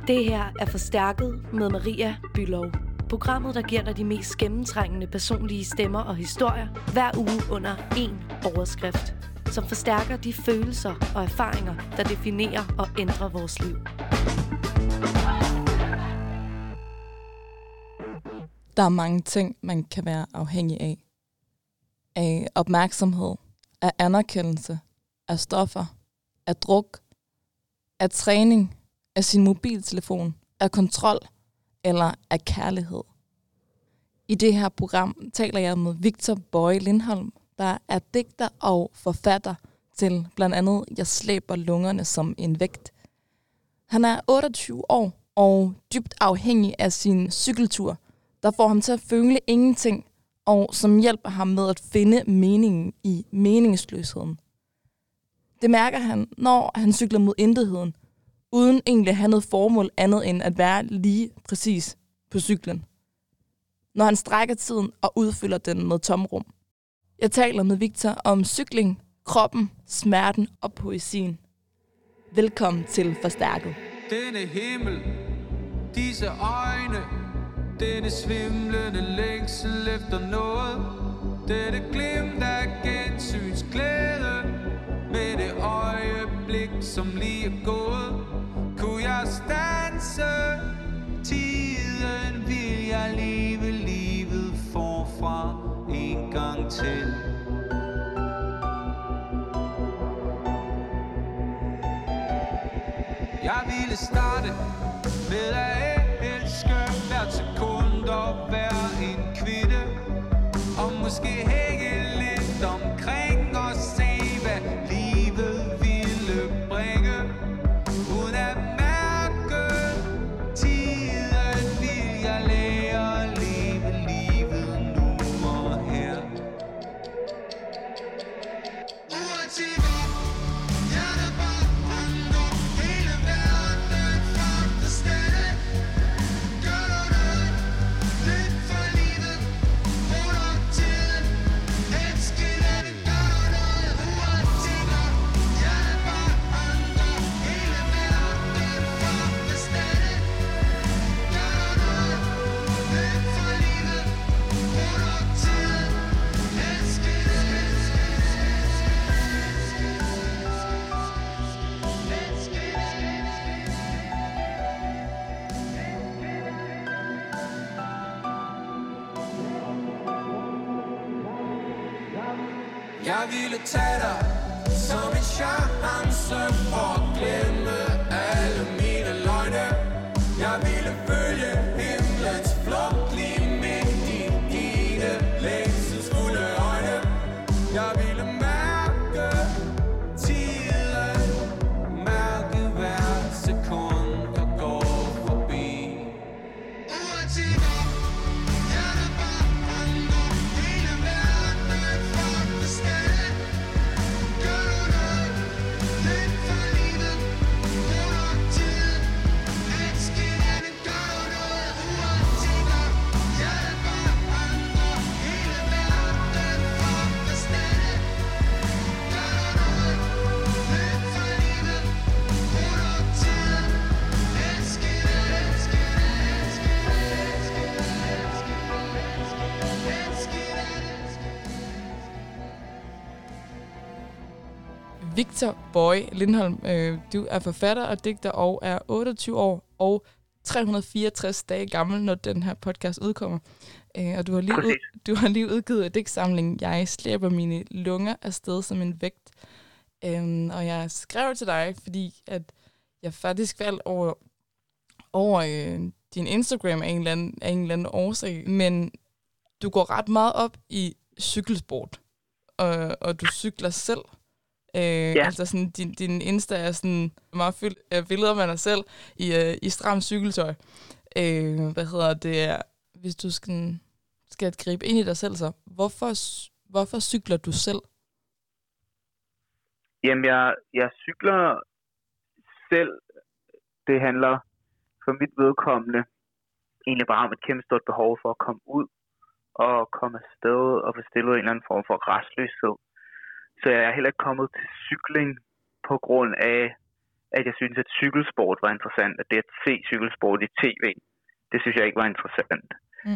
Det her er Forstærket med Maria Bülow. Programmet, der giver dig de mest gennemtrængende personlige stemmer og historier hver uge under én overskrift, som forstærker de følelser og erfaringer, der definerer og ændrer vores liv. Der er mange ting, man kan være afhængig af. Af opmærksomhed, af anerkendelse, af stoffer, af druk, af træning, af sin mobiltelefon, af kontrol eller af kærlighed. I det her program taler jeg med Victor Boye Lindholm, der er digter og forfatter til blandt andet Jeg slæber lungerne som en vægt. Han er 28 år og dybt afhængig af sin cykeltur, der får ham til at føle ingenting, og som hjælper ham med at finde meningen i meningsløsheden. Det mærker han, når han cykler mod intetheden, uden egentlig at have noget formål andet end at være lige præcis på cyklen. Når han strækker tiden og udfylder den med tomrum. Jeg taler med Victor om cykling, kroppen, smerten og poesien. Velkommen til Forstærket. Denne himmel, disse øjne, denne svimlende længsel efter noget, dette glimt af gensynsglæde, med det øjeblik, som lige er gået, kunne jeg standse tiden, vil jeg leve livet forfra en gang til. Jeg ville starte med at elske hvert sekund og hver en kvitte, og måske hænge lidt omkring og se, hvad livet ville bringe. Uden at mærke tiden, vil jeg lære at leve livet nu og her. Uanset hvor hjertet bare banker, hele verden faktisk stadig. Gør du noget lidt for livet, bruger du tiden, elsker det, gør du noget. Uanset hvor hjertet bare banker, hele verden faktisk stadig. Gør du noget lidt for livet, bruger du tiden, elsker det. Jeg ville tage dig som en chance for at glemme alle mine løgne. Jeg ville følge himlens flugt lige midt i dine længselsfulde øjne. Jeg ville mærke tiden, mærke hver sekund, der går forbi. Uanset hvor hjertet bare banker, hele verden faktisk stadig. Gør du noget lidt for livet, bruger du tiden, elsker det, gør du noget. Uanset hvor hjertet bare banker, hele verden faktisk stadig. Gør du noget lidt for livet, bruger du tiden, elsker det, elsker det, elsker det, elsker det, elsker det. Victor Boye Lindholm, du er forfatter og digter og er 28 år og 364 dage gammel, når den her podcast udkommer. Og du har lige udgivet et digtsamling, Jeg slæber mine lunger afsted som en vægt. Og jeg skrev til dig, fordi at jeg faktisk faldt over din Instagram af en eller anden årsag, men du går ret meget op i cykelsport, og du cykler selv. Altså sådan, din Insta er sådan meget fyldt af billeder af dig selv i stram cykeltøj. Hvis du skal gribe ind i dig selv, så hvorfor cykler du selv? Jamen, jeg cykler selv. Det handler for mit vedkommende egentlig bare om et kæmpe stort behov for at komme ud og komme afsted og få stillet en eller anden form for restløshed. Så jeg er heller ikke kommet til cykling på grund af, at jeg synes, at cykelsport var interessant, at det at se cykelsport i tv, det synes jeg ikke var interessant.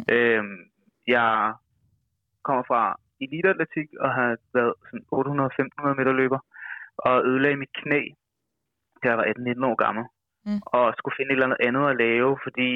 Jeg kommer fra eliteatletik og har været sådan 800-1500 meter løber, og ødelagde mit knæ, da jeg var 18-19 år gammel, og skulle finde et eller andet at lave, fordi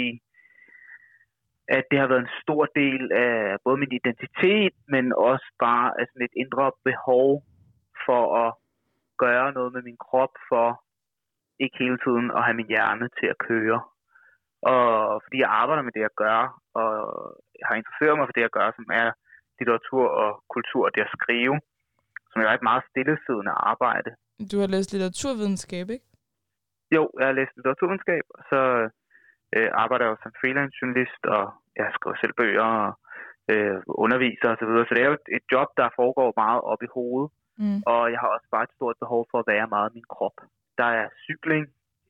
at det har været en stor del af både min identitet, men også bare af sådan et indre behov for at gøre noget med min krop, for ikke hele tiden at have min hjerne til at køre. Og fordi jeg arbejder med det, jeg gør, og jeg har interesseret mig for det, jeg gør, som er litteratur og kultur, det at skrive, som er et meget stillesiddende arbejde. Du har læst litteraturvidenskab, ikke? Jo, jeg har læst litteraturvidenskab, og så arbejder jeg jo som freelance journalist, og jeg skriver selv bøger og underviser osv. Så det er jo et job, der foregår meget op i hovedet, og jeg har også bare et stort behov for at være meget min krop. Der er cykling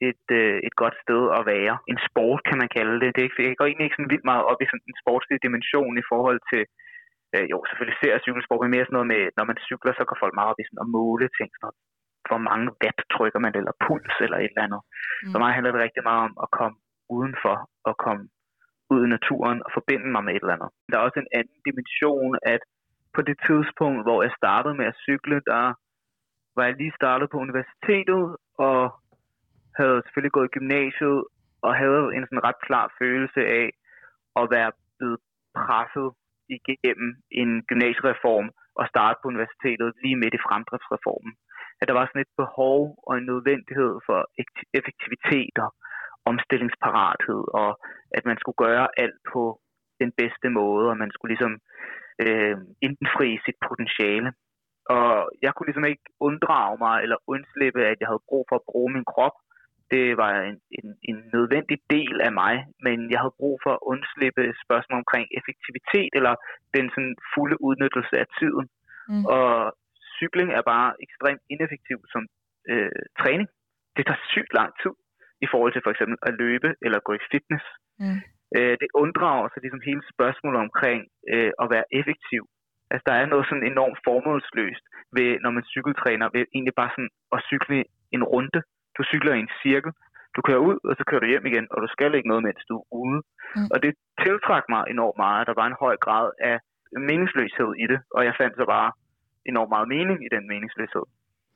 et godt sted at være. En sport, kan man kalde det. Jeg går egentlig ikke sådan vildt meget op i sådan en sportslig dimension i forhold til, jo, selvfølgelig ser jeg cykelsport, men mere sådan noget med, når man cykler, så går folk meget op i sådan at måle ting, sådan noget. Hvor mange watt trykker man, eller puls, eller et eller andet. For mig handler det rigtig meget om at komme udenfor, og komme ud i naturen, og forbinde mig med et eller andet. Der er også en anden dimension, at på det tidspunkt, hvor jeg startede med at cykle, der var jeg lige startet på universitetet, og havde selvfølgelig gået i gymnasiet, og havde en sådan ret klar følelse af at være blevet presset igennem en gymnasiereform, og starte på universitetet lige midt i fremdriftsreformen. At der var sådan et behov og en nødvendighed for effektivitet og omstillingsparathed, og at man skulle gøre alt på den bedste måde, og man skulle ligesom indfri sit potentiale. Og jeg kunne ligesom ikke unddrage mig eller undslippe, at jeg havde brug for at bruge min krop. Det var en nødvendig del af mig, men jeg havde brug for at undslippe spørgsmål omkring effektivitet eller den sådan fulde udnyttelse af tiden. Og cykling er bare ekstremt ineffektiv som træning. Det tager sygt lang tid i forhold til for eksempel at løbe eller gå i fitness. Det unddrager sig ligesom hele spørgsmålet omkring at være effektiv. Altså der er noget sådan enormt formålsløst ved, når man cykeltræner, ved egentlig bare sådan at cykle en runde. Du cykler i en cirkel, du kører ud, og så kører du hjem igen, og du skal ikke noget, mens du er ude. Og det tiltrak mig enormt meget. Der var en høj grad af meningsløshed i det, og jeg fandt så bare enormt meget mening i den meningsløshed.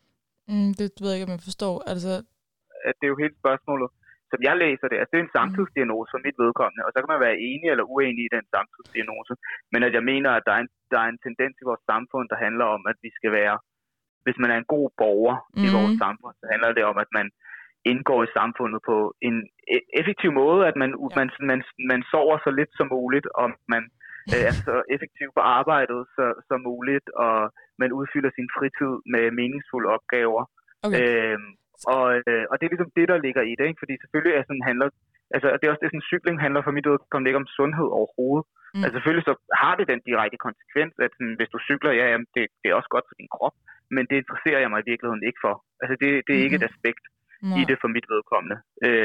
Det ved jeg ikke, om jeg forstår. Altså at det er jo hele spørgsmålet, som jeg læser det, altså det er en samtidsdiagnose for mit vedkommende, og så kan man være enig eller uenig i den samtidsdiagnose, men at jeg mener, at der er en tendens i vores samfund, der handler om, at vi skal være, hvis man er en god borger i vores samfund, så handler det om, at man indgår i samfundet på en effektiv måde, at man sover så lidt som muligt, og man er så effektiv på arbejdet som muligt, og man udfylder sin fritid med meningsfulde opgaver. Okay. Og det er ligesom det, der ligger i det, ikke? Fordi selvfølgelig er sådan handler, altså det er også det, sådan cykling handler for mit udkommende ikke om sundhed overhovedet. Altså selvfølgelig så har det den direkte konsekvens, at sådan, hvis du cykler, jamen, det er også godt for din krop, men det interesserer jeg mig i virkeligheden ikke for. Altså det er ikke et aspekt i det for mit vedkommende.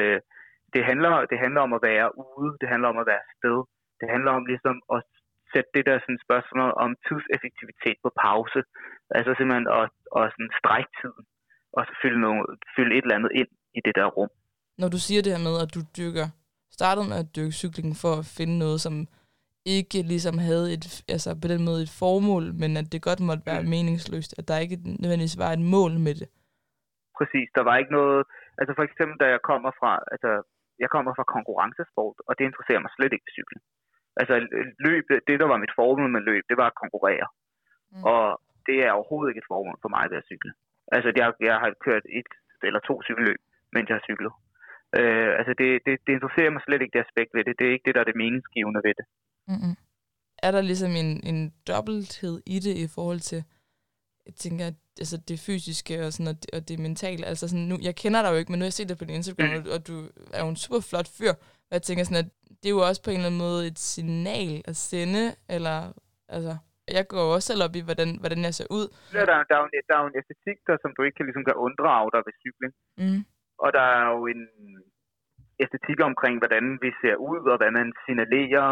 Det handler om at være ude, det handler om at være afsted, det handler om ligesom at sætte det der sådan spørgsmål om tidseffektivitet på pause, altså simpelthen at sådan strække tiden, og så fylde et eller andet ind i det der rum. Når du siger det her med, at du startede med at dyrke cykling for at finde noget, som ikke ligesom havde på den måde et formål, men at det godt måtte være meningsløst, at der ikke nødvendigvis var et mål med det. Præcis, der var ikke noget, altså for eksempel da jeg kommer fra konkurrencesport, og det interesserer mig slet ikke til cykling. Altså løb, det der var mit formål med løb, det var at konkurrere. Og det er overhovedet ikke et formål for mig ved at cykle. Altså jeg har kørt 1 eller 2 cykelløb, mens jeg har cyklet. Altså det interesserer mig slet ikke det aspekt ved det. Det er ikke det, der er det meningsgivende ved det. Er der ligesom en dobbelthed i det i forhold til, jeg tænker, altså det fysiske og sådan og det mentale? Altså sådan nu, jeg kender dig jo ikke, men nu har jeg set dig på din Instagram, og du er jo en super flot fyr. Og jeg tænker sådan, at det er jo også på en eller anden måde et signal at sende, eller altså... Jeg går også selv op i, hvordan jeg ser ud. Der er jo en æstetik, som du ikke kan unddrage dig ved cykling. Og der er jo en æstetik omkring, hvordan vi ser ud, og hvad man signalerer,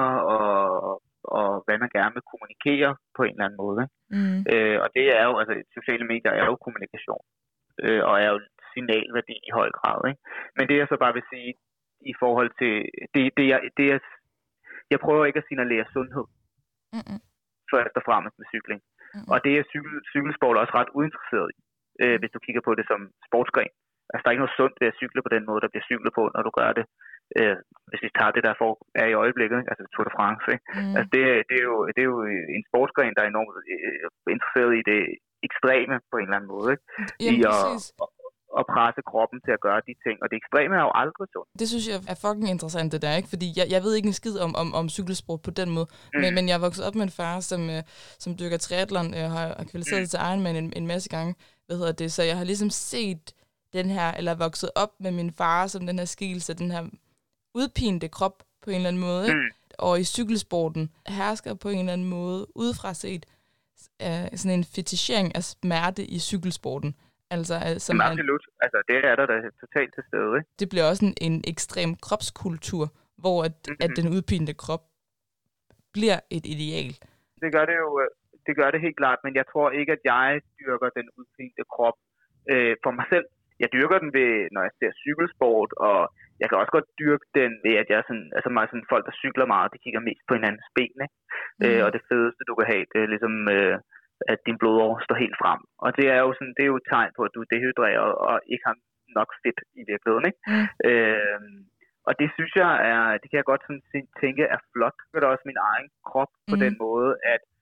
og hvad man gerne vil kommunikere på en eller anden måde. Og det er jo, altså sociale medier er jo kommunikation, og er jo signalværdi i høj grad. Ikke? Men det jeg så bare vil sige i forhold til jeg prøver ikke at signalere sundhed først og fremmest med cykling. Og det er cykelsport også ret uinteresseret i, hvis du kigger på det som sportsgren. Altså der er ikke noget sundt ved at cykle på den måde, der bliver cyklet på, når du gør det. Hvis vi tager det, der er i øjeblikket, altså Tour de France. Ikke? Altså det er jo en sportsgren, der er enormt interesseret i det ekstreme på en eller anden måde. Ikke? Jamen, I at presse kroppen til at gøre de ting. Og det ekstreme er jo aldrig sundt. Det synes jeg er fucking interessant, det der, ikke? Fordi jeg ved ikke en skid om cykelsport på den måde. Men jeg er vokset op med en far, som dyrker triathlon, har kvalificeret sig til Ironman en masse gange. Så jeg har ligesom set den her, eller vokset op med min far som den her skikkelse, den her udpinte krop på en eller anden måde. Ikke? Og i cykelsporten hersker på en eller anden måde, udefra set, sådan en fetichering af smerte i cykelsporten. Altså, absolut. Altså, det er der totalt til stede. Ikke? Det bliver også en ekstrem kropskultur, hvor at den udpinte krop bliver et ideal. Det gør det helt klart, men jeg tror ikke, at jeg dyrker den udpinte krop for mig selv. Jeg dyrker den ved, når jeg ser cykelsport, og jeg kan også godt dyrke den ved, at jeg sådan folk, der cykler meget, de kigger mest på hinandens ben. Ikke? Og det fedeste, du kan have, det er ligesom... at din blodår står helt frem. Og det er jo et tegn på, at du er dehydreret og ikke har nok fedt i virkeligheden. Ikke? Og det synes jeg det kan jeg godt sådan tænke er flot. Det er også min egen krop på den måde,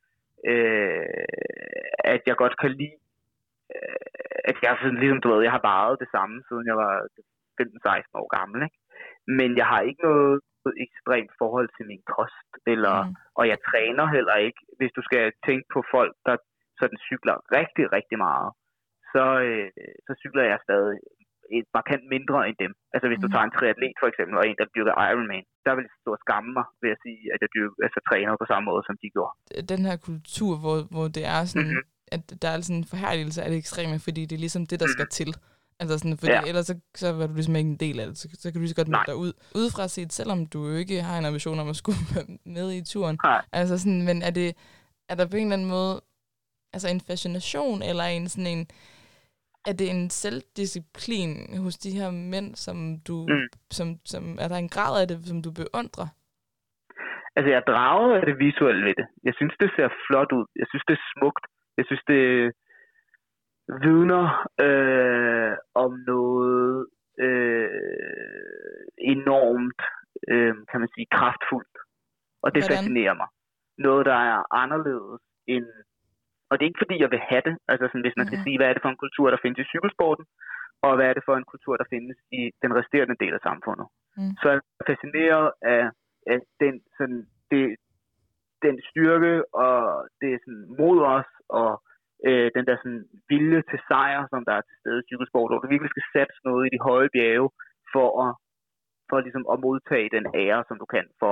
at jeg godt kan lide, at jeg sådan, ligesom du ved, jeg har varet det samme, siden jeg var 15-16 år gammel. Ikke? Men jeg har ikke noget ekstremt forhold til min kost, og jeg træner heller ikke. Hvis du skal tænke på folk, der sådan cykler rigtig, rigtig meget, så cykler jeg stadig markant mindre end dem. Altså hvis du tager en triatlet for eksempel, og en, der dyrker Ironman, der vil jeg stå og skamme mig ved at sige, at jeg træner på samme måde, som de gjorde. Den her kultur, hvor det er sådan, at der er sådan en forhærdelse af det ekstreme, fordi det er ligesom det, der skal til. Altså sådan, fordi ellers så var du ligesom ikke en del af det, så kan du lige så godt melde dig ud. Udefra set, selvom du jo ikke har en ambition om at skulle med i turen. Altså sådan, men er der på en eller anden måde altså en fascination, eller er det en selvdisciplin hos de her mænd, som du, som er der en grad af det, som du beundrer? Altså jeg drager af det visuelle ved det. Jeg synes, det ser flot ud. Jeg synes, det er smukt. Jeg synes, det vidner om noget enormt, kan man sige, kraftfuldt. Og det fascinerer mig. Noget, der er anderledes end... Og det er ikke, fordi jeg vil have det. Altså sådan, hvis man skal sige, hvad er det for en kultur, der findes i cykelsporten, og hvad er det for en kultur, der findes i den resterende del af samfundet. Så er jeg fascineret af den styrke, og det er sådan mod os, og den der sådan vilje til sejr, som der er til stede i cykelsport, hvor du virkelig skal satse noget i de høje bjerge, for ligesom at modtage den ære, som du kan for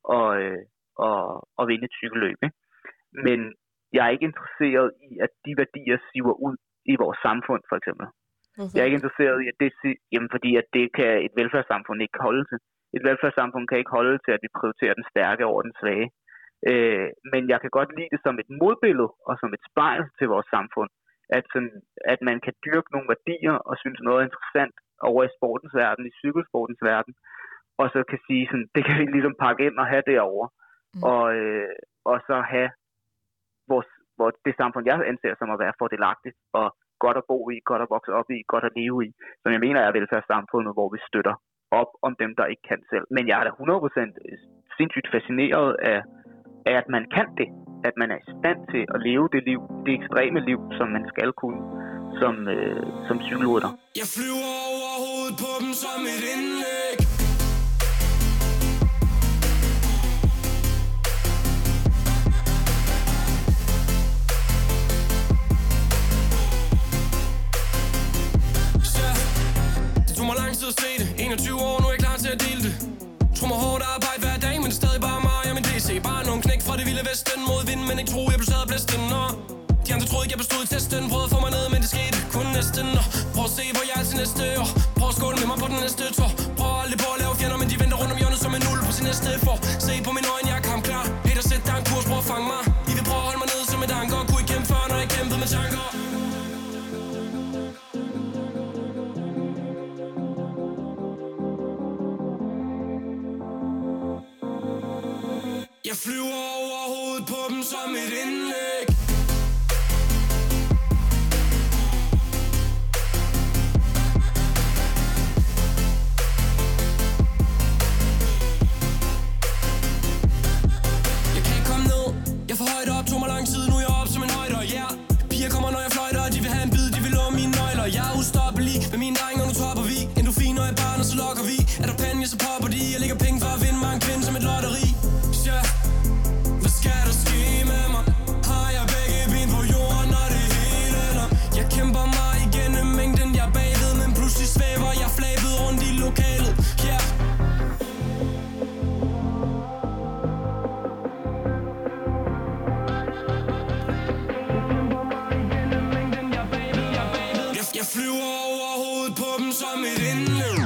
at vinde et cykelløb. Ikke? Men jeg er ikke interesseret i, at de værdier siver ud i vores samfund, for eksempel. Jeg er ikke interesseret i, at fordi at det kan et velfærdssamfund ikke holde til. Et velfærdssamfund kan ikke holde til, at vi prioriterer den stærke over den svage. Men jeg kan godt lide det som et modbillede og som et spejl til vores samfund. At man kan dyrke nogle værdier og synes noget er interessant over i sportens verden, i cykelsportens verden. Og så kan sige, sådan, det kan vi ligesom pakke ind og have derovre. Og så have det samfund, jeg anser som at være fordelagtigt og godt at bo i, godt at vokse op i, godt at leve i, som jeg mener er velfærdssamfundet, hvor vi støtter op om dem, der ikke kan selv. Men jeg er da 100% sindssygt fascineret af, at man kan det, at man er i stand til at leve det liv, det ekstreme liv, som man skal kunne som cykelrytter. Jeg flyver over hovedet på dem som et indlæg. At se det. 21 år, nu er jeg klar til at dele det. Tror mig hårdt arbejde hver dag, men stadig bare mig og min DC. Bare nogle knæk fra det vilde vesten mod vind, men ikke tro, jeg blev taget af blæsten. De andre troede ikke, jeg bestod i testen. Prøvede at få mig ned, men det skete kun næsten. Prøv at se, hvor jeg er til næste år. Prøv at skåle med mig på den næste tår. Prøv aldrig på at lave fjender, men de venter rundt om hjørnet som en nul på sin næste for. Se på mine øjne, jeg er kampklar. Helt at sætte dig en kurs, prøv at fange mig. I vil prøve at holde mig ned som et anker. Kunne ikke kæmpe før, når jeg kæmpede med tanker. Jeg flyver over hovedet på dem som et indlæg. Jeg kan ikke komme ned, jeg er for højt op, tog mig lang tid, nu er jeg op som en højder, yeah. Piger kommer når jeg fløjter, de vil have en bid, de vil låne mine nøgler. Jeg er ustoppelig, med mine drenge og nu tropper vi. Endorfin når jeg barn, og så lokker vi. Er der penge, så popper de. Jeg lægger penge for at vinde mange kvinde som et lotteri. Ja, hvad skal der ske med mig? Har jeg begge ben på jorden, når det hele ender? Jeg kæmper mig igennem mængden, jeg er bagved, men pludselig svæver jeg flabet rundt i lokalet. Yeah. Jeg flyver over hovedet på dem som et indløb.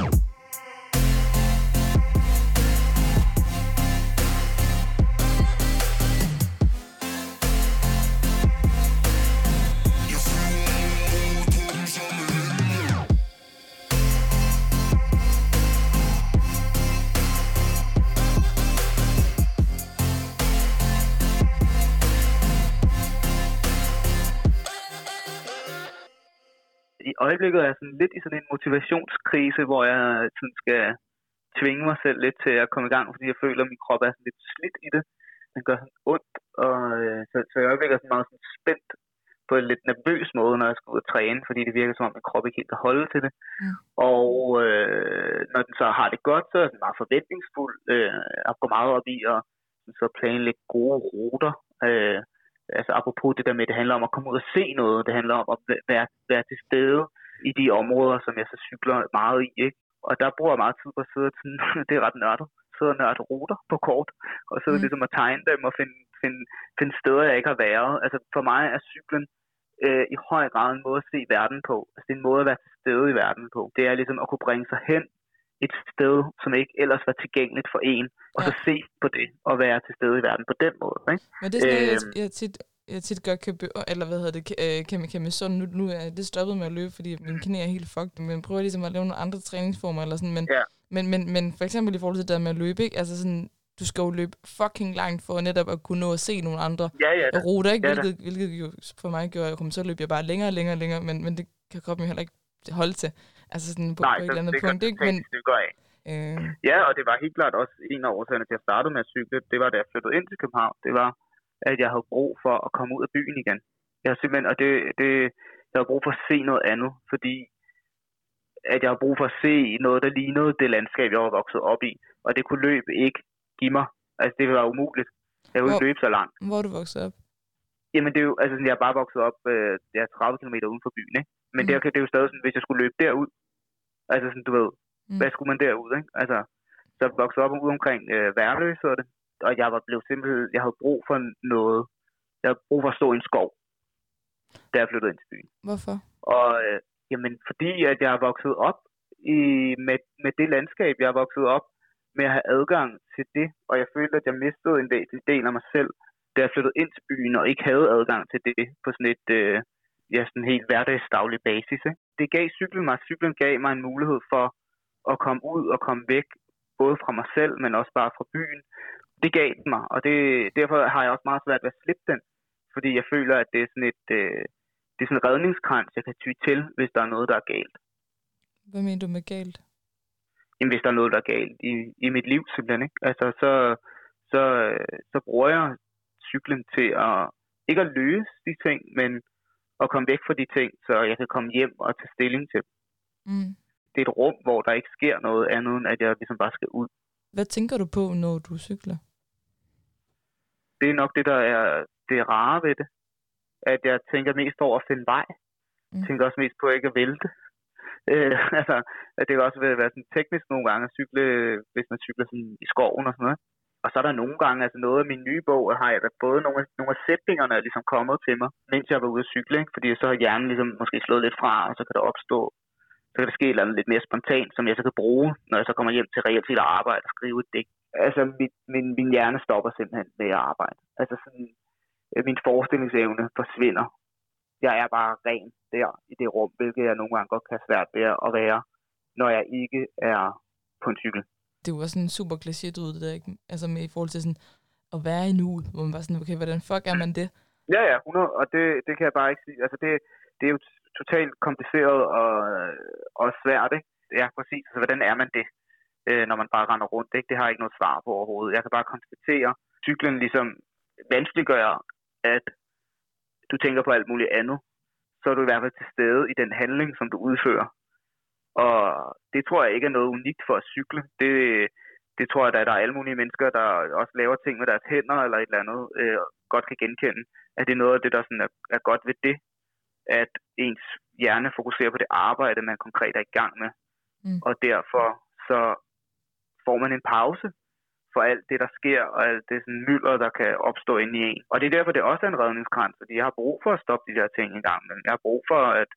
I øjeblikket er jeg sådan lidt i sådan en motivationskrise, hvor jeg sådan skal tvinge mig selv lidt til at komme i gang, fordi jeg føler, at min krop er sådan lidt slidt i det. Den gør sådan ondt, og så i øjeblikket er jeg sådan meget sådan spændt på en lidt nervøs måde, når jeg skal ud og træne, fordi det virker som om, min krop ikke helt kan holde til det. Mm. Og når den så har det godt, så er den meget forventningsfuld. Jeg går meget op i at så planlægge gode ruter. Altså apropos det der med, det handler om at komme ud og se noget. Det handler om at være til stede i de områder, som jeg så cykler meget i, ikke? Og der bruger jeg meget tid på at sidde sådan, det er ret nørdet, sidde og nørde ruter på kort, og sidde ligesom at tegne dem og finde steder, jeg ikke har været. Altså for mig er cyklen i høj grad en måde at se verden på. Altså det er en måde at være til stede i verden på. Det er ligesom at kunne bringe sig hen et sted, som ikke ellers var tilgængeligt for en, og så se på det og være til stede i verden på den måde. Ikke? Men det er sådan, jeg tit godt kan misunde. Nu er det stoppet med at løbe, fordi mine knæ er helt fucked, men prøver ligesom at lave nogle andre træningsformer eller sådan, men for eksempel i forhold til det der med at løbe, ikke? Altså sådan, du skal jo løbe fucking langt for netop at kunne nå at se nogle andre ruter, ikke? Hvilket jo for mig gjorde, at jeg kom så løb jeg bare længere, men det kan kroppen jo heller ikke holde til. Altså sådan på et eller andet punkt, ikke? Men ja, og det var helt klart også en af årsagerne til at starte med at cykle. Det var, da jeg flyttede ind til København. Det var, at jeg havde brug for at komme ud af byen igen. Jeg havde simpelthen, og jeg havde brug for at se noget andet, fordi at jeg havde brug for at se noget, der lignede det landskab, jeg var vokset op i. Og det kunne løb ikke give mig. Altså, det var umuligt. Jeg kunne ikke løbe så langt. Hvor er du vokset op? Jamen, det er jo, altså, jeg er bare vokset op 30 km uden for byen, ikke? Men det er jo stadig sådan, hvis jeg skulle løbe derud, altså sådan, du ved, hvad skulle man derud, ikke? Altså, så jeg voksede op ude omkring Værløs, og det. Og jeg jeg havde brug for noget. Jeg havde brug for at stå i en skov, da jeg flyttede ind til byen. Hvorfor? Og jamen, fordi at jeg er vokset op med det landskab, jeg er vokset op med at have adgang til det, og jeg følte, at jeg mistede en væsentlig del af mig selv, da jeg flyttede ind til byen, og ikke havde adgang til det på sådan et sådan helt hverdagsdaglig basis. Ikke? Det gav cyklen mig. Cyklen gav mig en mulighed for at komme ud og komme væk, både fra mig selv, men også bare fra byen. Det gav den mig, og derfor har jeg også meget svært ved at slippe den, fordi jeg føler, at det er sådan det er sådan en redningskrans, jeg kan ty til, hvis der er noget, der er galt. Hvad mener du med galt? Jamen, hvis der er noget, der er galt i mit liv, simpelthen, ikke? Altså, så bruger jeg cyklen til at, ikke at løse de ting, men at komme væk fra de ting, så jeg kan komme hjem og tage stilling til dem. Det er et rum, hvor der ikke sker noget andet, end at jeg ligesom bare skal ud. Hvad tænker du på, når du cykler? Det er nok det, der er det rare ved det. At jeg tænker mest over at finde vej. Jeg tænker også mest på ikke at vælte. Altså, at det kan også være sådan teknisk nogle gange at cykle, hvis man cykler sådan i skoven og sådan noget. Og så er der nogle gange, altså noget af min nye bog, har jeg både nogle af sætningerne er ligesom kommet til mig, mens jeg var ude at cykle, ikke? Fordi så har hjernen ligesom måske slået lidt fra, og så kan der opstå, så kan der ske noget lidt mere spontant, som jeg så kan bruge, når jeg så kommer hjem til reelt at arbejde og skrive et digt. Altså min hjerne stopper simpelthen med at arbejde. Altså sådan, min forestillingsevne forsvinder. Jeg er bare ren der i det rum, hvilket jeg nogle gange godt kan have svært ved at være, når jeg ikke er på en cykel. Det var sådan super klichéet ud, det der, ikke? Altså med i forhold til sådan at være i nuet, hvor man bare sådan, okay, hvordan fuck er man det? Ja, 100, og det kan jeg bare ikke sige. Altså, det er jo totalt kompliceret og svært, ikke? Ja, præcis. Altså, hvordan er man det, når man bare render rundt, ikke? Det har jeg ikke noget svar på overhovedet. Jeg kan bare konstatere, at cyklen ligesom vanskeliggør, at du tænker på alt muligt andet. Så er du i hvert fald til stede i den handling, som du udfører. Og det tror jeg ikke er noget unikt for at cykle. Det tror jeg, at der er alle mulige mennesker, der også laver ting med deres hænder eller et eller andet, godt kan genkende. At det er noget af det, der sådan er godt ved det, at ens hjerne fokuserer på det arbejde, man konkret er i gang med. Og derfor så får man en pause for alt det, der sker, og alt det sådan mylder, der kan opstå inde i en. Og det er derfor, det også er en redningskrans, fordi jeg har brug for at stoppe de der ting i gang. Men jeg har brug for, at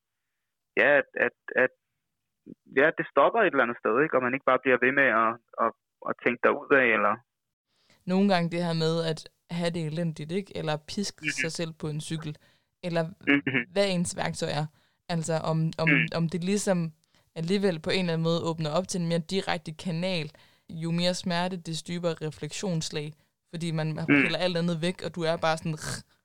det stopper et eller andet sted, ikke? Og man ikke bare bliver ved med at tænke derudad, eller... Nogle gange det her med at have det elendigt, ikke? Eller piske sig selv på en cykel, eller hvad ens værktøj er. Altså om det ligesom alligevel på en eller anden måde åbner op til en mere direkte kanal, jo mere smerte, des dybere refleksionslag, fordi man piller alt andet væk, og du er bare sådan...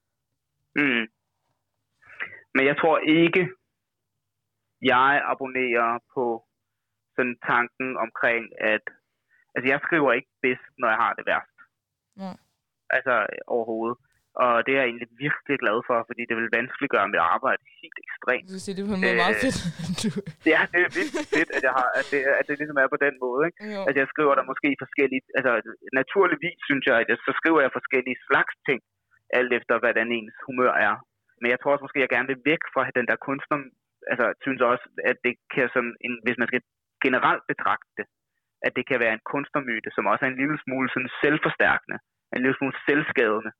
Men jeg tror ikke, jeg abonnerer på sådan tanken omkring, at... Altså, jeg skriver ikke bedst, når jeg har det værst. Ja. Altså, overhovedet. Og det er jeg egentlig virkelig glad for, fordi det vil vanskeliggøre mit arbejde helt ekstremt. Du siger, det er på en måde meget fedt. Ja, det er virkelig fedt, at det ligesom er på den måde, ikke? Jo. Altså, jeg skriver der måske forskellige... Altså, naturligvis synes jeg, at så skriver jeg forskellige slags ting, alt efter, hvordan ens humør er. Men jeg tror også måske, at jeg gerne vil væk fra den der kunstner... Altså, jeg synes også, at det kan sådan... Hvis man skal generelt betragte det, at det kan være en kunstnermyte, som også er en lille smule sådan selvforstærkende, en lille smule selvskadende,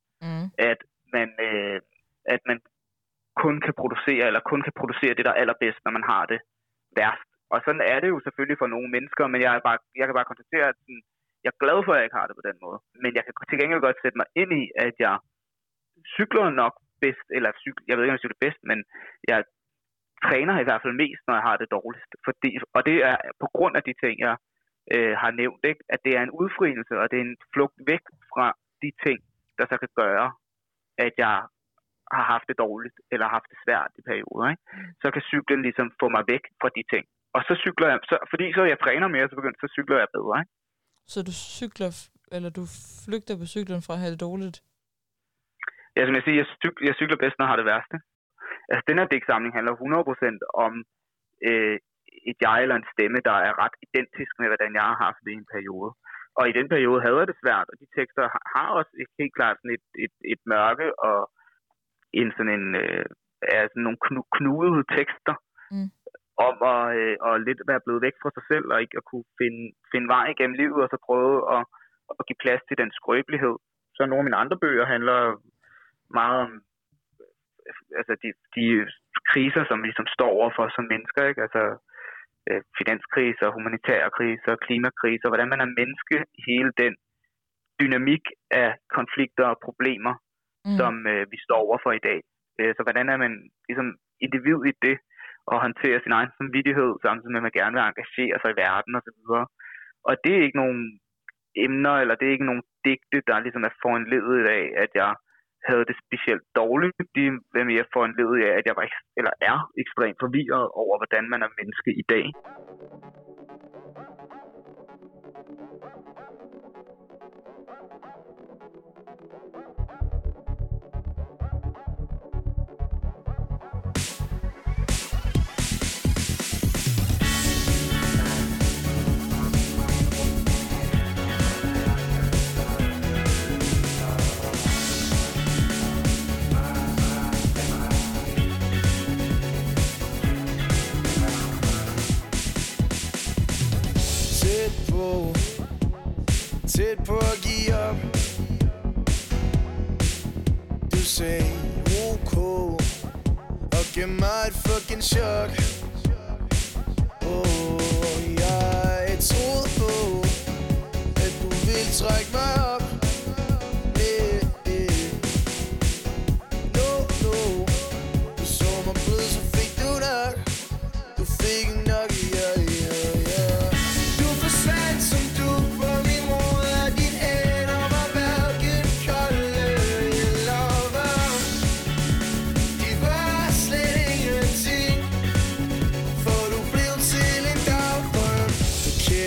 at man kun kan producere det, der er allerbedst, når man har det værst. Og sådan er det jo selvfølgelig for nogle mennesker, men jeg kan bare konstatere, at jeg er glad for, at jeg ikke har det på den måde. Men jeg kan til gengæld godt sætte mig ind i, at jeg cykler nok bedst, eller jeg ved ikke, om jeg cykler bedst, men jeg træner i hvert fald mest, når jeg har det dårligst. Og det er på grund af de ting, jeg har nævnt, ikke? At det er en udfrielse, og det er en flugt væk fra de ting, der så kan gøre, at jeg har haft det dårligt, eller haft det svært i perioder, ikke? Så kan cyklen ligesom få mig væk fra de ting. Og så cykler jeg, fordi så jeg træner mere, så cykler jeg bedre, ikke? Så du cykler, eller du flygter på cyklen fra at have det dårligt? Ja, som jeg siger, jeg cykler bedst, når jeg har det værste. Altså, den her digtsamling handler 100% om et jeg eller en stemme, der er ret identisk med, hvordan jeg har haft det i en periode. Og i den periode havde jeg det svært, og de tekster har også helt klart sådan et mørke og sådan nogle knudede tekster om at lidt være blevet væk fra sig selv og ikke at kunne finde vej igennem livet, og så prøve at give plads til den skrøbelighed. Så nogle af mine andre bøger handler meget om altså de kriser, som vi ligesom står overfor som mennesker, ikke? Altså finanskriser, humanitære kriser, klimakriser, hvordan man er menneske i hele den dynamik af konflikter og problemer, som vi står overfor i dag. Så hvordan er man ligesom individ i det, og håndterer sin egen samvittighed, samtidig med, at man gerne vil engagere sig i verden og så videre. Og det er ikke nogen emner, eller det er ikke nogen digte, der ligesom er foranlediget af, at jeg havde det specielt dårligt. De er mere foranlediget af, at jeg er ekstremt forvirret over, hvordan man er menneske i dag. Tæt på at give op. Du sagde OK og gav mig et fucking chok. Jeg troede på, at du ville trække mig op. No, du så mig blød, så fik du nok. Du fik nok, ja. Du forsvandt som du på min mor, og din hænder var hverken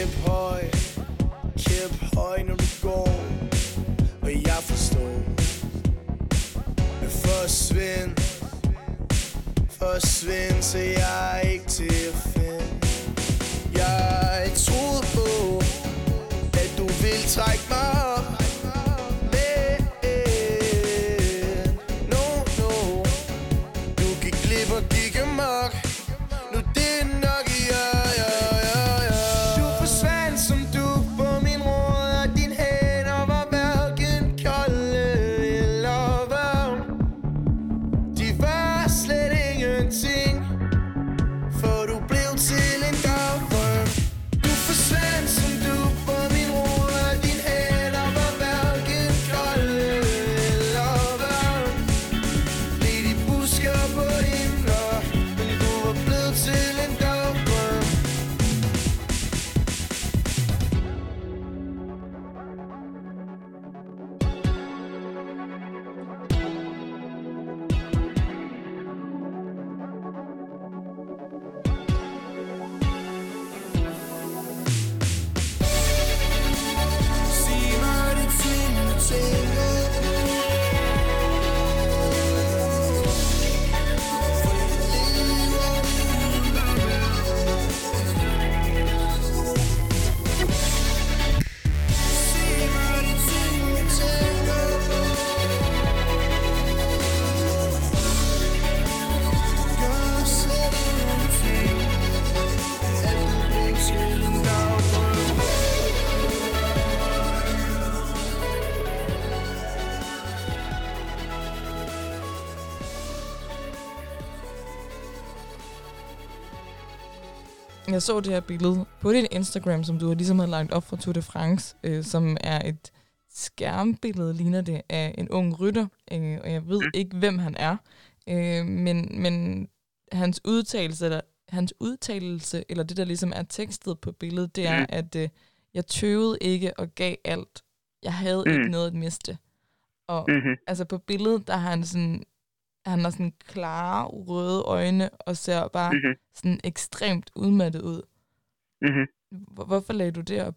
Kæp høj, når du går. Og jeg forstår at forsvind, så jeg er ikke til at finde. Jeg troede på, at du ville trække mig op, men no, du gik glip og gik amok. Nu det er nok, ja. Du forsvandt som du på min rod, og dine hænder var hverken kolde eller varm. De var slet ingenting, for du blev til en dagdrøm. Du forsvandt som du på min rod, og dine hænder var hverken kolde eller varm. Blev de busker på himler, men du var blevet til en dagdrøm. Sig mig de ting, du tænker. For dit liv og sig mig de ting, du tænker. Gør slet ingenting, at du blev til en dagdrøm. Jeg så det her billede på din Instagram, som du har ligesom havde lagt op fra Tour de France, som er et skærmbillede, ligner det, af en ung rytter, og jeg ved ikke, hvem han er, men hans udtalelse, eller det, der ligesom er tekstet på billedet, det er, at jeg tøvede ikke og gav alt. Jeg havde ikke noget at miste. Og altså på billedet, der har han har sådan klare, røde øjne, og ser bare sådan ekstremt udmattet ud. Hvorfor lagde du det op?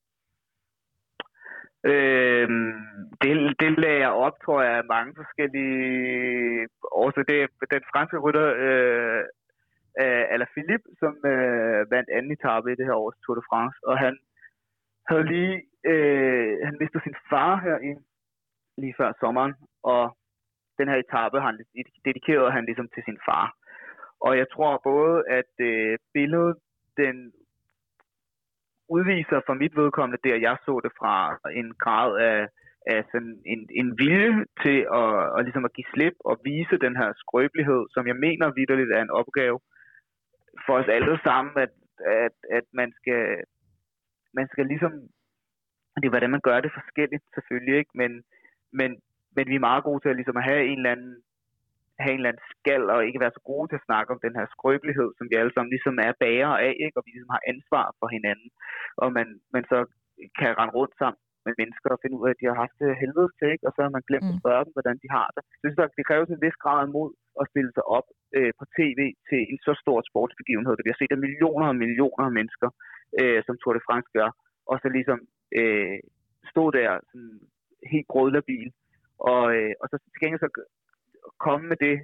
Det lagde jeg op, tror jeg, af mange forskellige årsager. Det er den franske rytter Alaphilippe, som vandt anden etape i det her års Tour de France, og han havde han mistede sin far her lige før sommeren, og den her etape dedikerede han ligesom til sin far. Og jeg tror både, at billedet, den udviser for mit vedkommende, der jeg så det fra en grad af sådan en vilje til at ligesom at give slip og vise den her skrøbelighed, som jeg mener vitterligt er en opgave for os alle sammen, at man skal ligesom, det er hvordan man gør det forskelligt selvfølgelig, ikke? Men vi er meget gode til at, ligesom at have en eller anden skal, og ikke være så gode til at snakke om den her skrøbelighed, som vi alle sammen ligesom er bærer af, ikke? Og vi ligesom har ansvar for hinanden. Og man så kan rende rundt sammen med mennesker og finde ud af, at de har haft det helvedes til, ikke? Og så har man glemt at spørge dem, hvordan de har det. Så det kræver en vis grad mod at stille sig op på tv til en så stor sportsbegivenhed. Vi har set af millioner og millioner af mennesker, som Tour de France gør, og så ligesom stå der sådan helt grådlabil, og så til gengæld så komme med det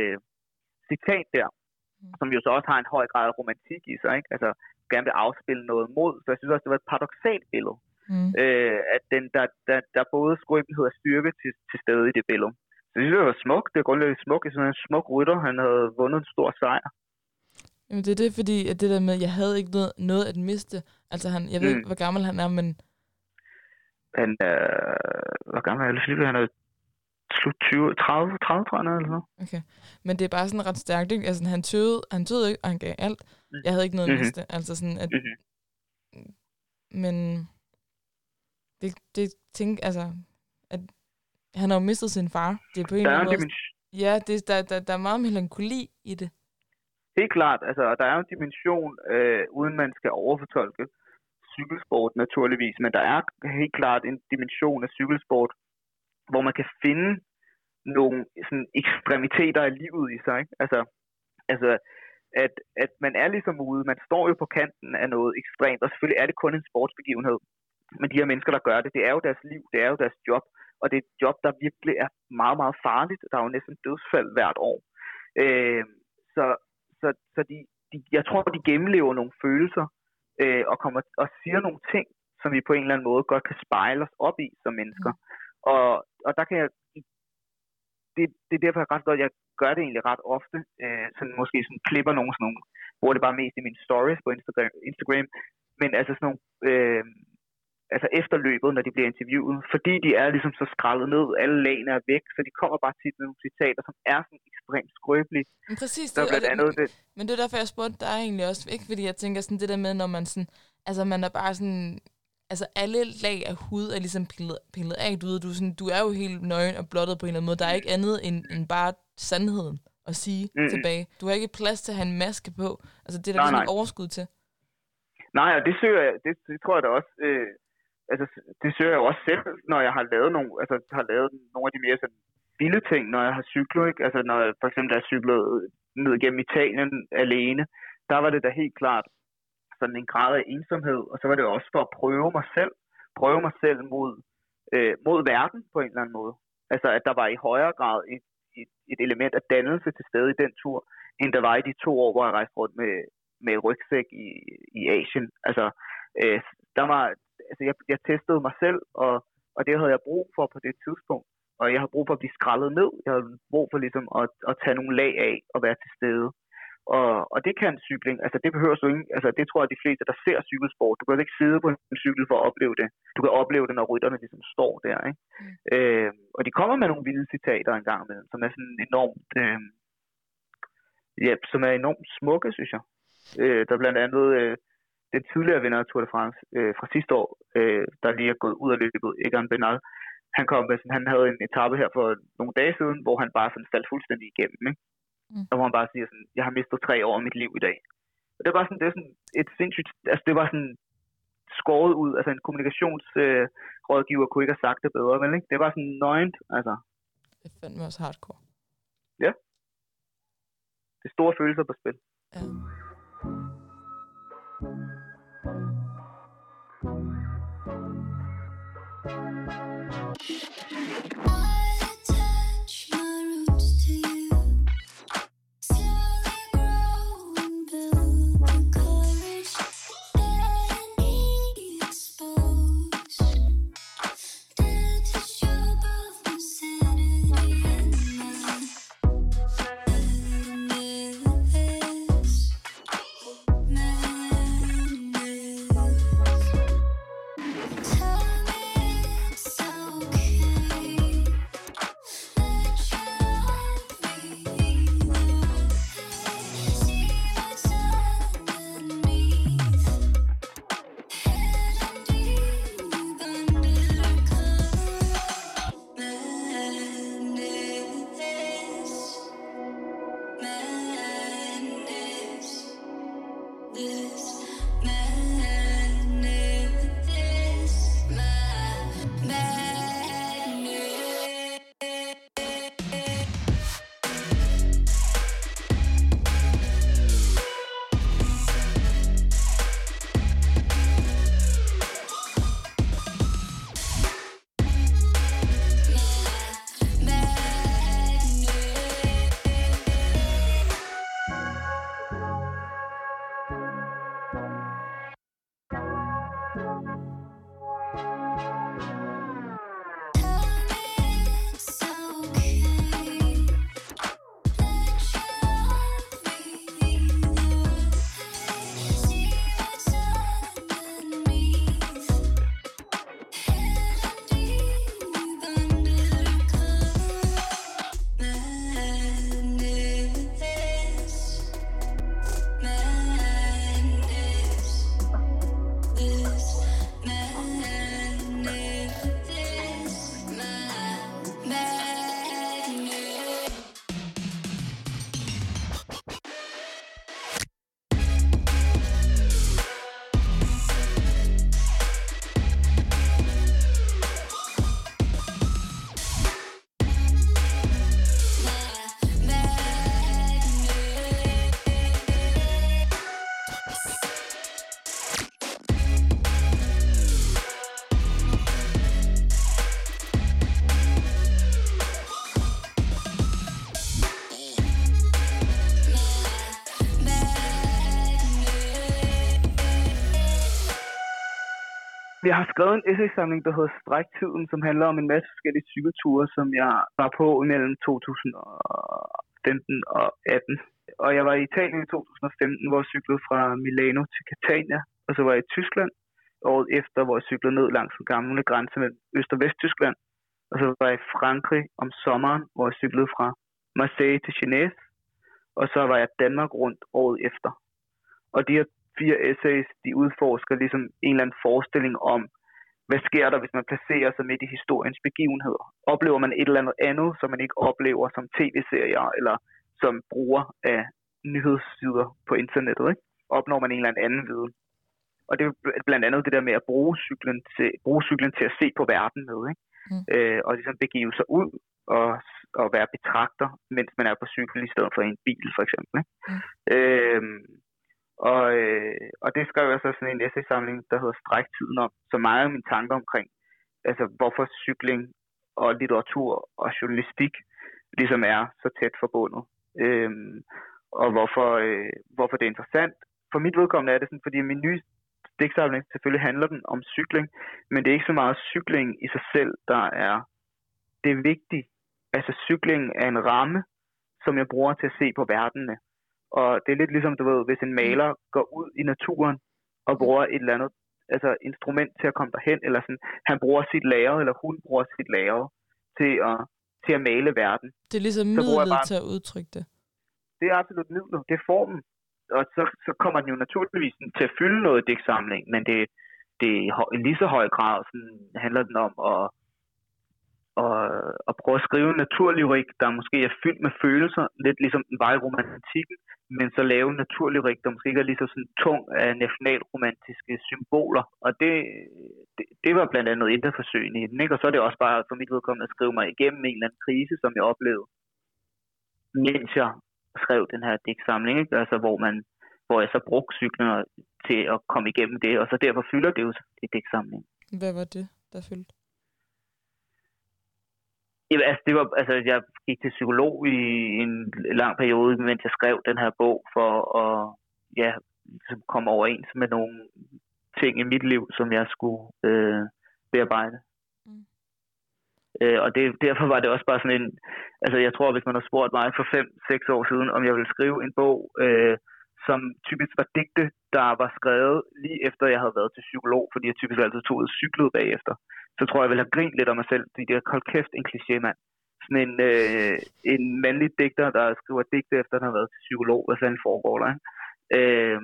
citat der, som jo så også har en høj grad af romantik i sig, ikke? Altså gerne vil afspille noget mod, så jeg synes også, det var et paradoksalt billede, at der både skrøbelighed og styrke til stede i det billede. Så jeg synes, det var smukt, det er grundlæggende smukt, sådan en smuk rytter, han havde vundet en stor sejr. Jamen det er det, fordi at det der med, jeg havde ikke noget at miste, altså jeg ved ikke, hvor gammel han er, men han hvor gammel er Alaphilippe? Han er slut 30, tror jeg, eller noget. Okay, men det er bare sådan ret stærkt, ikke? Altså han tøvede ikke, og han gav alt. Jeg havde ikke noget at miste, altså sådan at, men det tænker, altså, at han har jo mistet sin far. Det er på en eller anden måde. Ja, der er meget melankoli i det. Helt klart, altså der er en dimension, uden man skal overfortolke cykelsport naturligvis, men der er helt klart en dimension af cykelsport, hvor man kan finde nogle sådan ekstremiteter af livet i sig, ikke? Altså at man er ligesom ude, man står jo på kanten af noget ekstremt, og selvfølgelig er det kun en sportsbegivenhed. Men de her mennesker, der gør det, det er jo deres liv, det er jo deres job, og det er et job, der virkelig er meget, meget farligt. Der er jo næsten dødsfald hvert år. Så jeg tror, de gennemlever nogle følelser, og kommer og siger nogle ting, som vi på en eller anden måde godt kan spejle os op i som mennesker. Og der kan jeg... Det er derfor, jeg ret godt, jeg gør det egentlig ret ofte. Sådan måske sådan klipper nogle, hvor det bare mest i mine stories på Instagram. Men altså sådan nogle... altså efterløbet, når de bliver interviewet, fordi de er ligesom så skrællet ned, alle lagene er væk, så de kommer bare tit med nogle citater, som er sådan ekstremt skrøbelige. Men præcis, men det er derfor, jeg spurgte dig egentlig også, ikke? Fordi jeg tænker sådan det der med, når man sådan, altså man er bare sådan, altså alle lag af hud er ligesom pillet af, du er jo helt nøgen og blottet på en eller anden måde, der er ikke andet end bare sandheden at sige tilbage. Du har ikke plads til at have en maske på, altså det er der ligesom et overskud til. Nej, og det søger jeg, det tror jeg da også, altså, det søger jeg jo også selv, når jeg har lavet nogle af de mere sådan vilde ting, når jeg har cyklet, ikke? Altså, når jeg for eksempel har cyklet ned gennem Italien alene, der var det da helt klart sådan en grad af ensomhed, og så var det også for at prøve mig selv mod verden på en eller anden måde. Altså, at der var i højere grad et element af dannelse til stede i den tur, end der var i de 2 år, hvor jeg rejste rundt med rygsæk i Asien. Altså, jeg testede mig selv, og det havde jeg brug for på det tidspunkt. Og jeg har brug for at blive skrællet ned. Jeg har brug for ligesom at tage nogle lag af og være til stede. Og det kan cykling. Altså det behøver du ikke. Altså det tror jeg, de fleste, der ser cykelsport. Du kan ikke sidde på en cykel for at opleve det. Du kan opleve det, når rytterne ligesom står der. Ikke? Og de kommer med nogle vilde citater en gang imellem, som er sådan enormt, som er enormt smukke, synes jeg. Der blandt andet den tidligere vinder af Tour de France fra sidste år, der lige er gået ud af løbet, Egan Bernal. Han havde en etape her for nogle dage siden, hvor han bare sådan faldt fuldstændig igennem, ikke? Og hvor han bare siger sådan, jeg har mistet 3 år af mit liv i dag. Og det var sådan, et sindssygt, altså det var sådan skåret ud, altså en kommunikationsrådgiver kunne ikke have sagt det bedre, vel, ikke? Det var sådan nøgent, altså. Det fandt mig også hardcore. Ja. Det er store følelser på spil. Ja. Jeg har skrevet en essaysamling, der hedder Stræktiden, som handler om en masse forskellige cykelture, som jeg var på mellem 2015 og 18. Og jeg var i Italien i 2015, hvor jeg cyklede fra Milano til Catania. Og så var jeg i Tyskland året efter, hvor jeg cyklede ned langs den gamle grænse mellem Øst- og Vesttyskland. Og så var jeg i Frankrig om sommeren, hvor jeg cyklede fra Marseille til Genève. Og så var jeg Danmark rundt året efter. Og de her 4 essays, de udforsker ligesom en eller anden forestilling om, hvad sker der, hvis man placerer sig midt i historiens begivenheder? Oplever man et eller andet, som man ikke oplever som tv-serier, eller som bruger af nyhedssider på internettet, ikke? Opnår man en eller anden viden. Og det er blandt andet det der med at bruge cyklen til at se på verden med, ikke? Og ligesom begive sig ud og være betragter, mens man er på cykel i stedet for en bil, for eksempel, ikke? Og det skrev jeg så sådan en essaysamling, der hedder Stræktiden om, så meget af mine tanker omkring, altså hvorfor cykling og litteratur og journalistik ligesom er så tæt forbundet. Og hvorfor det er interessant. For mit vedkommende er det sådan, fordi min nye digtsamling selvfølgelig handler den om cykling, men det er ikke så meget cykling i sig selv, der er det vigtige. Altså cykling er en ramme, som jeg bruger til at se på verden med. Og det er lidt ligesom, du ved, hvis en maler går ud i naturen og bruger et eller andet instrument til at komme derhen, eller sådan, han bruger sit lærred, eller hun bruger sit lærred til at male verden. Det er ligesom midlet til at udtrykke det. Det er absolut midlet, det er formen. Og så kommer den jo naturligvis til at fylde noget i digtsamling, men det i lige så høj grad sådan, handler den om at prøve at skrive en naturlyrik, der måske er fyldt med følelser, lidt ligesom den var i romantikken, men så lave en naturlyrik, der måske ikke er lige så sådan tung af nationalromantiske symboler. Og det var blandt andet et af forsøgene i den, ikke? Og så er det også bare for mit vedkommende at skrive mig igennem en eller anden krise, som jeg oplevede, mens jeg skrev den her digtsamling, ikke? Altså hvor jeg så brugte cyklen til at komme igennem det, og så derfor fylder det jo i digtsamlingen. Hvad var det, der fyldte? Jeg gik til psykolog i en lang periode, mens jeg skrev den her bog, for at ligesom komme overens med nogle ting i mit liv, som jeg skulle bearbejde. Og derfor var det også bare sådan en... Altså jeg tror, hvis man har spurgt mig for 5-6 år siden, om jeg ville skrive en bog, som typisk var digte, der var skrevet lige efter, jeg havde været til psykolog, fordi jeg typisk altid tog ud og cyklede bagefter, så tror jeg, jeg ville have grint lidt af mig selv, fordi det er hold kæft en kliché, mand. Sådan en mandlig digter, der skriver digte efter, han har været til psykolog, hvad sådan foregår der, ikke?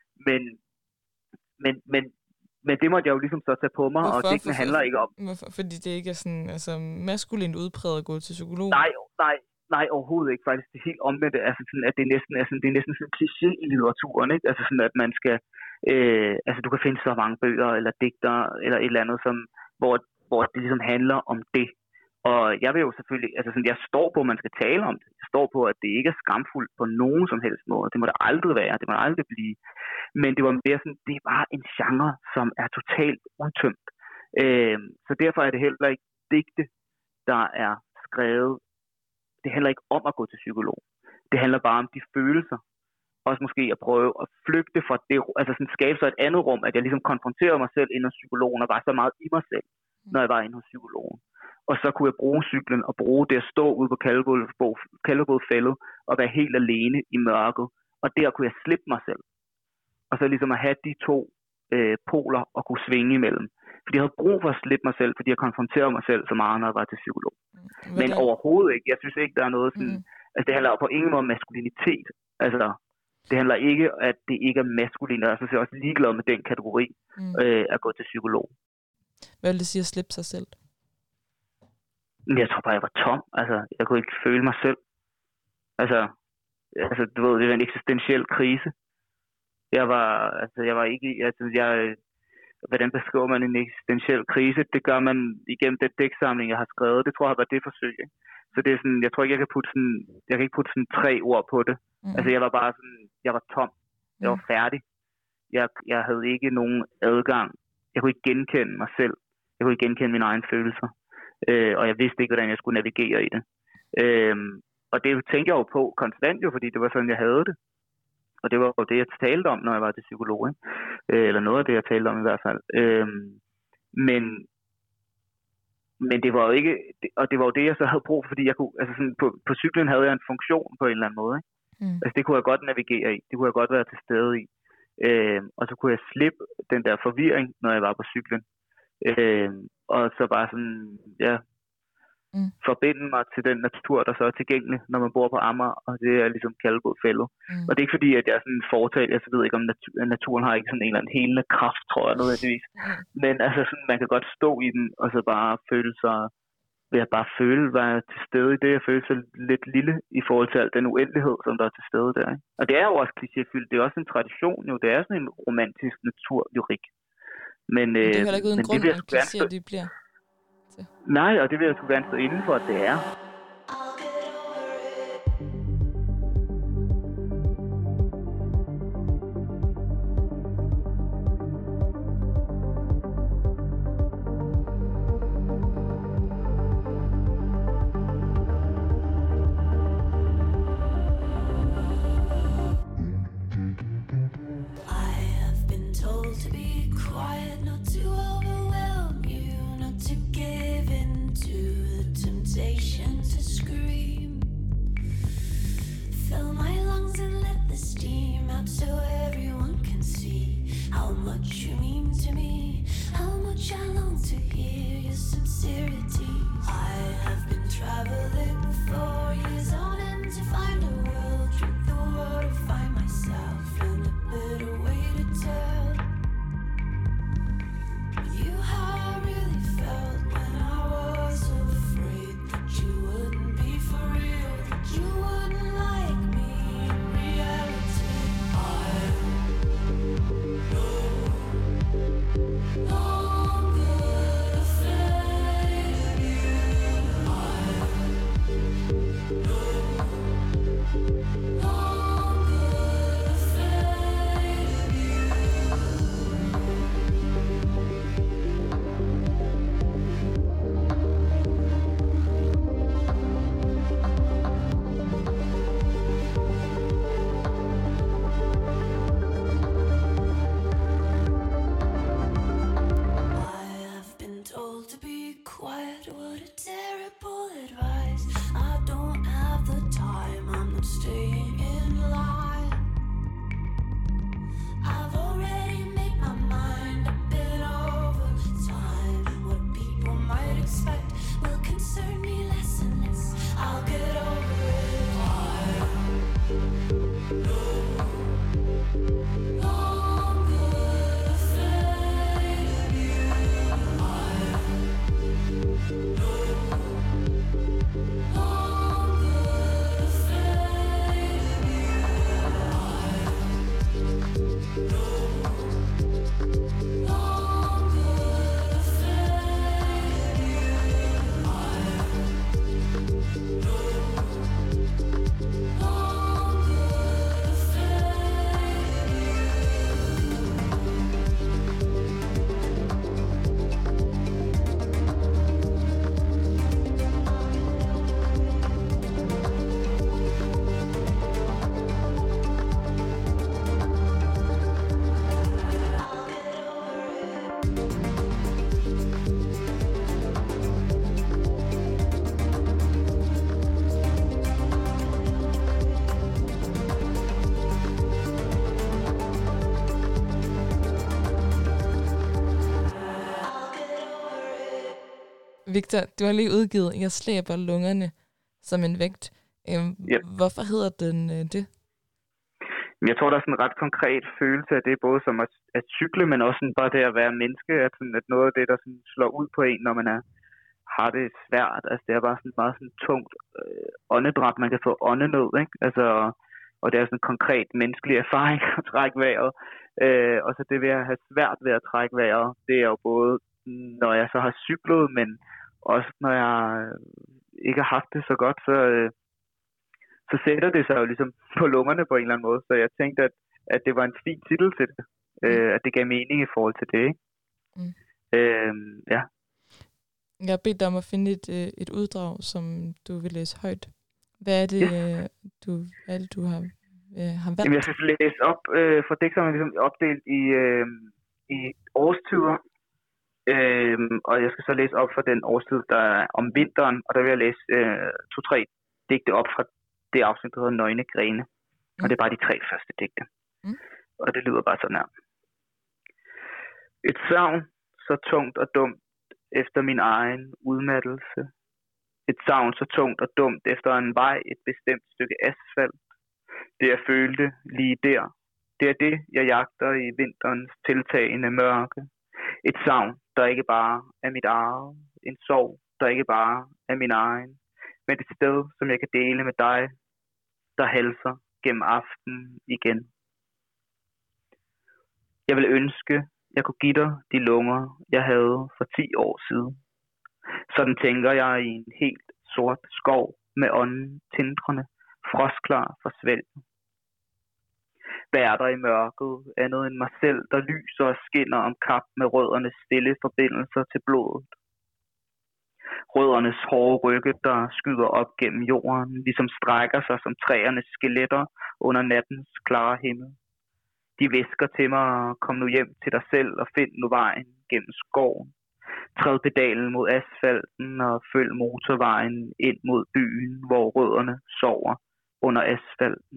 Men det måtte jeg jo ligesom så tage på mig, og digtene handler ikke om... Hvorfor? Fordi det ikke er sådan maskulint udpræget at gå til psykolog? Nej, overhovedet ikke. Faktisk det er helt omvendt. Altså sådan, at det er næsten sådan en kliché i litteraturen, ikke? Altså sådan, at man skal... du kan finde så mange bøger, eller digter, eller et eller andet, hvor det ligesom handler om det. Og jeg vil jo selvfølgelig... Altså sådan, jeg står på, at man skal tale om det. Jeg står på, at det ikke er skamfuldt på nogen som helst måde. Det må det aldrig være. Det må det aldrig blive. Men det var mere sådan... Det var en genre, som er totalt udtømt. Så derfor er det heller ikke digte, der er skrevet. Det handler ikke om at gå til psykolog. Det handler bare om de følelser. Også måske at prøve at flygte fra det, altså sådan skabe sig et andet rum, at jeg ligesom konfronterer mig selv inden hos psykologen, og var så meget i mig selv, når jeg var inde hos psykologen. Og så kunne jeg bruge cyklen og bruge det at stå ude på Kalvebodfældet og være helt alene i mørket. Og der kunne jeg slippe mig selv. Og så ligesom at have de to poler og kunne svinge imellem. Fordi jeg havde brug for at slippe mig selv, fordi jeg konfronterede mig selv så meget, når jeg var til psykolog. Men overhovedet ikke. Jeg synes ikke, der er noget sådan... Altså det handler på ingen måde om maskulinitet. Altså det handler ikke, at det ikke er maskulin. Jeg er så også ligeglad med den kategori at gå til psykolog. Hvad vil det sige at slippe sig selv? Jeg tror bare, jeg var tom. Altså jeg kunne ikke føle mig selv. Altså du ved, det var en eksistentiel krise. Jeg var ikke... Hvordan beskriver man en eksistentiel krise? Det gør man igennem den digtsamling, jeg har skrevet. Det tror jeg var det forsøg. Ikke? Så det er sådan, jeg tror ikke, jeg kan ikke putte sådan 3 ord på det. Altså jeg var bare sådan, jeg var tom. Jeg var færdig. Jeg havde ikke nogen adgang. Jeg kunne ikke genkende mig selv. Jeg kunne ikke genkende mine egne følelser. Og jeg vidste ikke, hvordan jeg skulle navigere i det. Og det tænkte jeg jo på konstant jo, fordi det var sådan, jeg havde det. Og det var jo det, jeg talte om, når jeg var til psykolog. Ikke? Eller noget af det, jeg talte om i hvert fald. Men det var jo ikke, og det var jo det, jeg så havde brug for, fordi jeg kunne, altså sådan, på cyklen havde jeg en funktion på en eller anden måde, ikke? Altså det kunne jeg godt navigere i, det kunne jeg godt være til stede i, og så kunne jeg slippe den der forvirring, når jeg var på cyklen, og så bare sådan, ja, forbinde mig til den natur, der så er tilgængelig, når man bor på Amager, og det er ligesom Kalvebod-fældet. Og det er ikke fordi, at jeg er sådan fortalt, jeg så ved ikke om naturen har ikke sådan en eller anden helende kraft, tror jeg nødvendigvis. Men altså sådan, man kan godt stå i den, og så bare føle sig, ved at bare føle, hvad er til stede i det, jeg føler sig lidt lille i forhold til al den uendelighed, som der er til stede der. Ikke? Og det er jo også klichéfyldt, det er også en tradition jo, det er sådan en romantisk naturlyrik. Men det er heller ikke uden grund, at klichéer de bliver. Nej, og det vil jeg sgu gerne stå inden for, at det er. Victor, du har lige udgivet, jeg slæber lungerne som en vægt. Yep. Hvorfor hedder den det? Jeg tror, der er sådan en ret konkret følelse af det, både som at cykle, men også sådan bare det at være menneske, at noget af det, der sådan slår ud på en, når man har det svært. Altså det er bare sådan meget sådan tungt åndedræt, man kan få åndenød, ikke? Altså, og det er sådan en konkret menneskelig erfaring at trække vejret. Og så det ved at have svært ved at trække vejret, det er jo både, når jeg så har cyklet, men også når jeg ikke har haft det så godt, så sætter det sig jo ligesom på lungerne på en eller anden måde. Så jeg tænkte, at det var en fin titel til det. At det gav mening i forhold til det, ikke? Ja. Jeg har bedt dig om at finde et uddrag, som du vil læse højt. Hvad er det, du har valgt? Jamen, jeg skal læse op, for digterne er ligesom opdelt i årstider. Og jeg skal så læse op fra den årstid, der er om vinteren, og der vil jeg læse 2-3 digte op fra det afsnit, der hedder Nøgne Grene. Og det er bare de 3 første digte. Og det lyder bare sådan her. Et savn så tungt og dumt efter min egen udmattelse. Et savn så tungt og dumt efter en vej, et bestemt stykke asfalt. Det jeg følte lige der. Det er det, jeg jagter i vinterens tiltagende mørke. Et savn, der ikke bare er mit eget. En sorg, der ikke bare er min egen. Men et sted, som jeg kan dele med dig, der halser gennem aftenen igen. Jeg vil ønske, jeg kunne give dig de lunger, jeg havde for 10 år siden. Sådan tænker jeg i en helt sort skov med ånden tindrende, frostklar for svælg. Hvad er der i mørket, andet end mig selv, der lyser og skinner om kap med røddernes stille forbindelser til blodet? Røddernes hårde rygge, der skyder op gennem jorden, ligesom strækker sig som træernes skeletter under nattens klare himmel. De hvisker til mig, kom nu hjem til dig selv og find nu vejen gennem skoven. Træd pedalen mod asfalten og følg motorvejen ind mod byen, hvor rødderne sover under asfalten.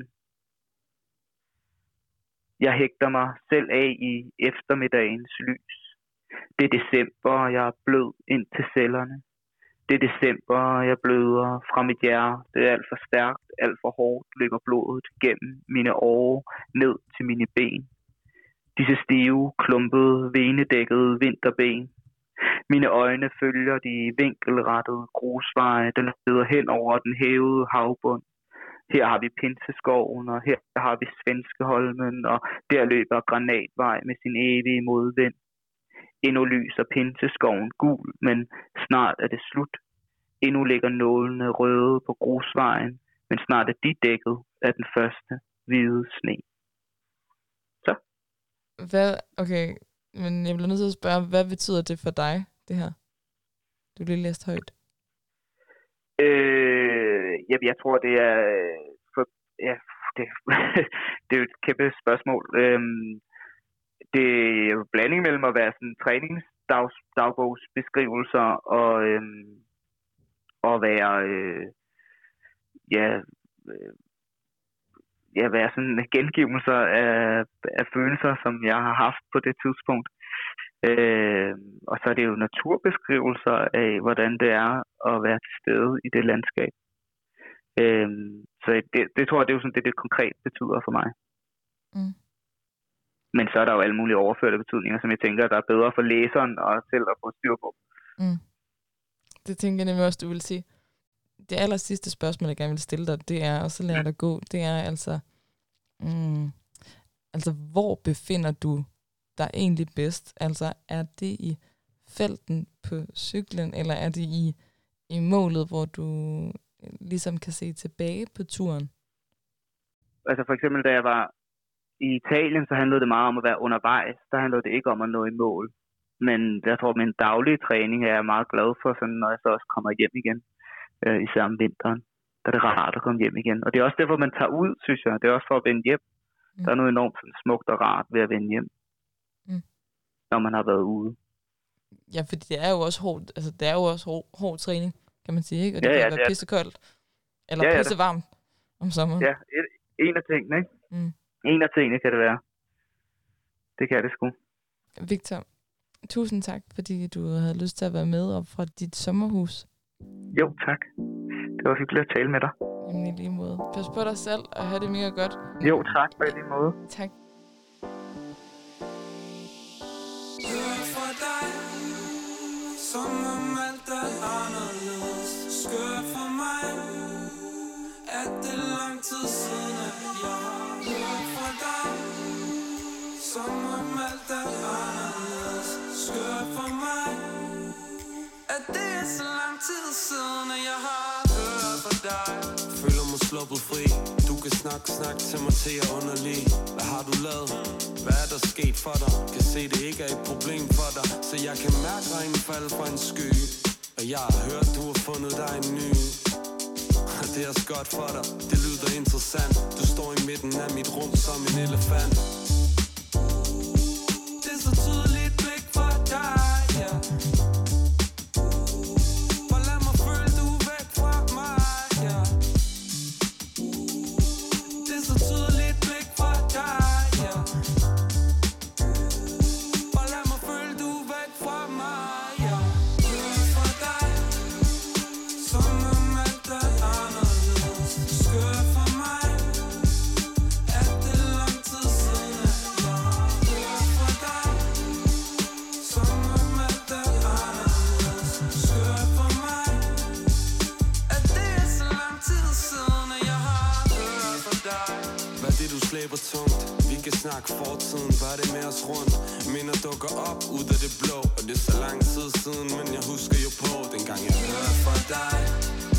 Jeg hægter mig selv af i eftermiddagens lys. Det er december, og jeg er blød ind til cellerne. Det er december, og jeg bløder fra mit hjerte. Det er alt for stærkt, alt for hårdt løber blodet gennem mine årer ned til mine ben. Disse stive, klumpede, venedækkede vinterben. Mine øjne følger de vinkelrettede grusveje, der leder hen over den hævede havbund. Her har vi Pinseskoven, og her har vi Svenskeholmen, og der løber Granatvej med sin evige modvind. Endnu lyser Pinseskoven gul, men snart er det slut. Endnu ligger nålene røde på grusvejen, men snart er de dækket af den første hvide sne. Så. Okay, men jeg bliver nødt til at spørge, hvad betyder det for dig, det her? Du lige læst højt. Jeg tror, det er... det er jo et kæmpe spørgsmål. Det er jo en blanding mellem at være sådan træningsdagbogsbeskrivelser og være være sådan gengivelser af følelser, som jeg har haft på det tidspunkt. Og så er det jo naturbeskrivelser af, hvordan det er at være til stede i det landskab. Så det tror jeg, det er jo sådan, det konkret betyder for mig. Men så er der jo alle mulige overførte betydninger, som jeg tænker, der er bedre for læseren og selv at få styr på. Det tænker jeg nemlig også, du vil sige. Det aller sidste spørgsmål, jeg gerne vil stille dig, det er, og så lader dig gå, det er altså, hvor befinder du dig egentlig bedst? Altså, er det i felten på cyklen, eller er det i målet, hvor du ligesom kan se tilbage på turen? Altså for eksempel, da jeg var i Italien, så handlede det meget om at være undervejs. Der handlede det ikke om at nå i mål. Men jeg tror, at min daglige træning er jeg meget glad for, sådan, når jeg så også kommer hjem igen. Især om vinteren. Der er det rart at komme hjem igen. Og det er også derfor, man tager ud, synes jeg. Det er også for at vende hjem. Der er noget enormt sådan, smukt og rart ved at vende hjem. Når man har været ude. Ja, for det er jo også hårdt. Altså, det er jo også hård træning, kan man sige, ikke? Og det kan være pissekoldt. Eller pissevarmt om sommeren. Ja, en af tingene, ikke? En af tingene kan det være. Det kan det sgu. Victor, tusind tak, fordi du havde lyst til at være med op fra dit sommerhus. Jo, tak. Det var hyggeligt at tale med dig. Jamen, i lige måde. Pas på dig selv, og have det mega godt. Jo, tak på lige måde. Tak. Hør fra dig, som om alt er anderledes. Skørt for mig, at det er lang tid siden, at jeg har hørt fra dig. Som om alt er anderledes. Skørt for mig, at det er så lang tid siden, at jeg har hørt fra dig. Føler mig sluppet fri. Du kan snakke til mig til jeg underlig. Hvad har du lavet? Hvad er der sket for dig? Kan se det ikke er et problem for dig. Så jeg kan mærke regnen falde fra en sky. Og jeg har hørt du har fundet dig en ny. Og det er også godt for dig. Det lyder interessant. Du står i midten af mit rum som en elefant. Det er så tydeligt blik for dig, yeah. snak fortiden, var det med os rundt. Minder dukker op ud af det blå, og det er så lang tid siden, men jeg husker jo på dengang jeg hørte fra dig.